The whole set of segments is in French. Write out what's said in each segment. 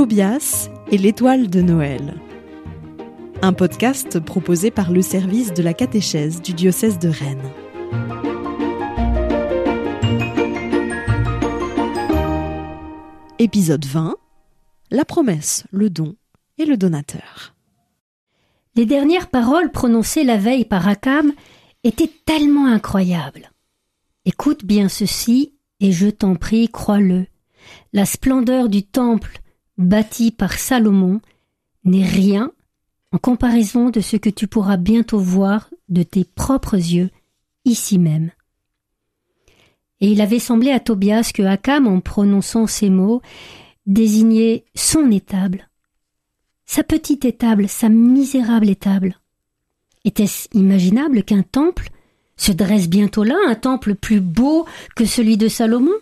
Tobias et l'étoile de Noël. Un podcast proposé par le service de la catéchèse du diocèse de Rennes. Épisode 20. La promesse, le don et le donateur. Les dernières paroles prononcées la veille par Akam étaient tellement incroyables. Écoute bien ceci, et je t'en prie, crois-le. La splendeur du temple bâti par Salomon n'est rien en comparaison de ce que tu pourras bientôt voir de tes propres yeux, ici même. Et il avait semblé à Tobias que Akam, en prononçant ces mots, désignait son étable. Sa petite étable, sa misérable étable. Était-ce imaginable qu'un temple se dresse bientôt là, un temple plus beau que celui de Salomon?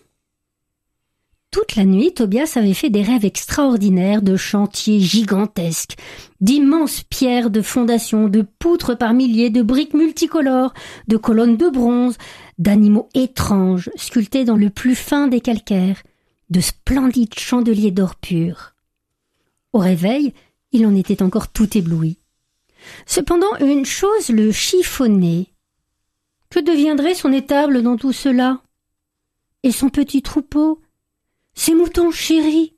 Toute la nuit, Tobias avait fait des rêves extraordinaires de chantiers gigantesques, d'immenses pierres de fondation, de poutres par milliers, de briques multicolores, de colonnes de bronze, d'animaux étranges sculptés dans le plus fin des calcaires, de splendides chandeliers d'or pur. Au réveil, il en était encore tout ébloui. Cependant, une chose le chiffonnait. Que deviendrait son étable dans tout cela? Et son petit troupeau? Ses moutons chéris?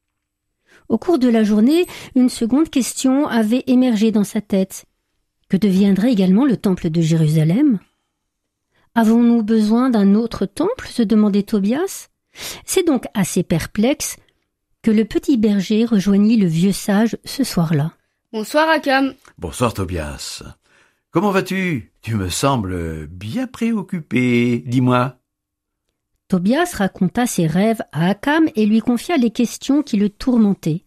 Au cours de la journée, une seconde question avait émergé dans sa tête. Que deviendrait également le temple de Jérusalem? Avons-nous besoin d'un autre temple? Se demandait Tobias. C'est donc assez perplexe que le petit berger rejoignit le vieux sage ce soir-là. Bonsoir Akam. Bonsoir Tobias. Comment vas-tu? Tu me sembles bien préoccupé, dis-moi. Tobias raconta ses rêves à Akam et lui confia les questions qui le tourmentaient.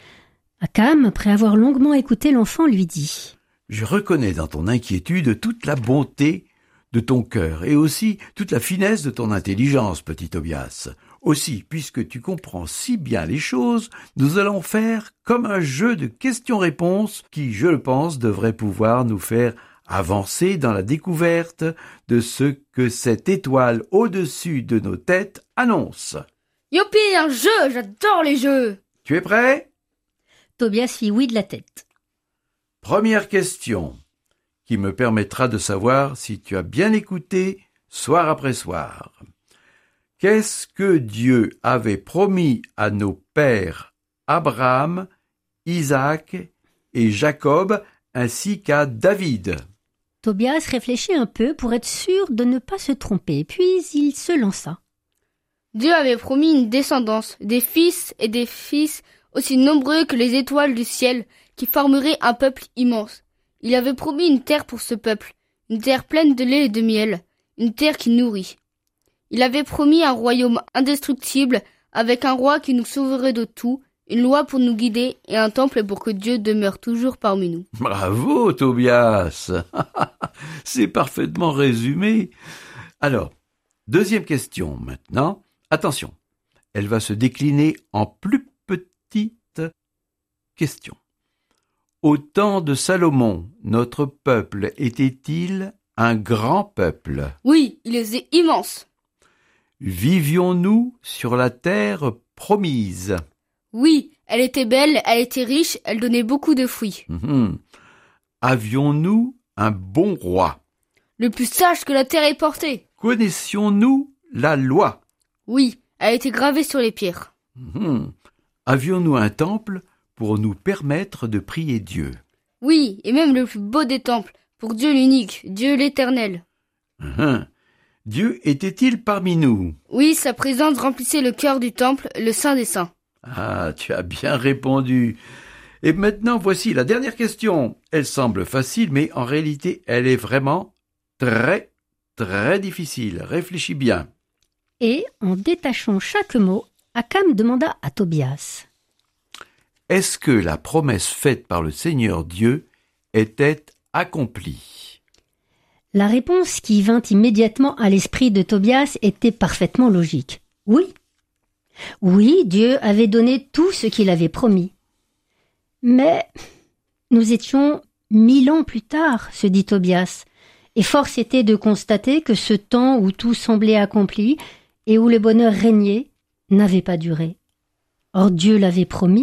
Akam, après avoir longuement écouté l'enfant, lui dit « Je reconnais dans ton inquiétude toute la bonté de ton cœur et aussi toute la finesse de ton intelligence, petit Tobias. Aussi, puisque tu comprends si bien les choses, nous allons faire comme un jeu de questions-réponses qui, je le pense, devrait pouvoir nous faire avancer dans la découverte de ce que cette étoile au-dessus de nos têtes annonce. Youpi, un jeu! J'adore les jeux! Tu es prêt? Tobias fit oui de la tête. Première question, qui me permettra de savoir si tu as bien écouté soir après soir. Qu'est-ce que Dieu avait promis à nos pères Abraham, Isaac et Jacob, ainsi qu'à David? Tobias réfléchit un peu pour être sûr de ne pas se tromper, puis il se lança. Dieu avait promis une descendance, des fils et des fils aussi nombreux que les étoiles du ciel, qui formeraient un peuple immense. Il avait promis une terre pour ce peuple, une terre pleine de lait et de miel, une terre qui nourrit. Il avait promis un royaume indestructible, avec un roi qui nous sauverait de tout, une loi pour nous guider et un temple pour que Dieu demeure toujours parmi nous. Bravo, Tobias. C'est parfaitement résumé. Alors, deuxième question maintenant. Attention, elle va se décliner en plus petites questions. Au temps de Salomon, notre peuple était-il un grand peuple? Oui, il était immense. Vivions-nous sur la terre promise? Oui, elle était belle, elle était riche, elle donnait beaucoup de fruits. Avions-nous un bon roi? Le plus sage que la terre ait porté. Connaissions-nous la loi? Oui, elle était gravée sur les pierres. Avions-nous un temple pour nous permettre de prier Dieu? Oui, et même le plus beau des temples, pour Dieu l'unique, Dieu l'éternel. Dieu était-il parmi nous? Oui, sa présence remplissait le cœur du temple, le Saint des Saints. Ah, tu as bien répondu. Et maintenant, voici la dernière question. Elle semble facile, mais en réalité, elle est vraiment très, très difficile. Réfléchis bien. Et, en détachant chaque mot, Akam demanda à Tobias. Est-ce que la promesse faite par le Seigneur Dieu était accomplie? La réponse qui vint immédiatement à l'esprit de Tobias était parfaitement logique. Oui. Oui, Dieu avait donné tout ce qu'il avait promis. Mais nous étions 1000 ans plus tard, se dit Tobias, et force était de constater que ce temps où tout semblait accompli et où le bonheur régnait n'avait pas duré. Or Dieu l'avait promis,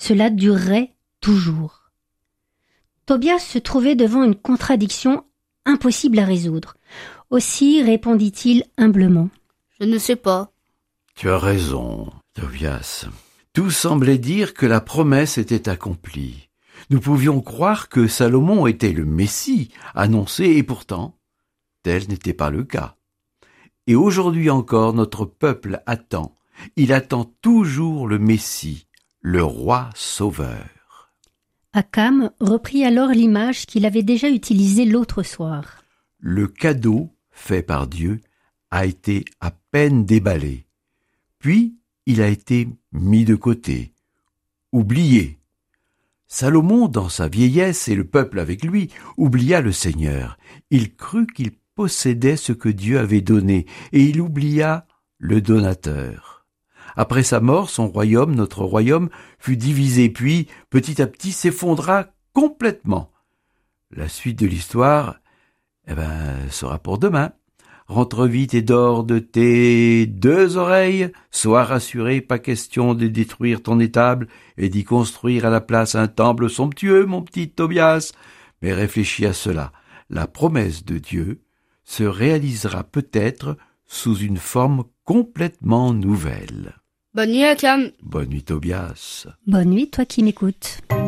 cela durerait toujours. Tobias se trouvait devant une contradiction impossible à résoudre. Aussi répondit-il humblement. Je ne sais pas. Tu as raison, Tobias. Tout semblait dire que la promesse était accomplie. Nous pouvions croire que Salomon était le Messie annoncé et pourtant, tel n'était pas le cas. Et aujourd'hui encore, notre peuple attend. Il attend toujours le Messie, le roi sauveur. Akam reprit alors l'image qu'il avait déjà utilisée l'autre soir. Le cadeau fait par Dieu a été à peine déballé. Puis, il a été mis de côté, oublié. Salomon, dans sa vieillesse, et le peuple avec lui, oublia le Seigneur. Il crut qu'il possédait ce que Dieu avait donné, et il oublia le donateur. Après sa mort, son royaume, notre royaume, fut divisé, puis, petit à petit, s'effondra complètement. La suite de l'histoire, sera pour demain. Rentre vite et dors de tes 2 oreilles. Sois rassuré, pas question de détruire ton étable et d'y construire à la place un temple somptueux, mon petit Tobias. Mais réfléchis à cela. La promesse de Dieu se réalisera peut-être sous une forme complètement nouvelle. Bonne nuit, Akam. Bonne nuit, Tobias. Bonne nuit, toi qui m'écoutes.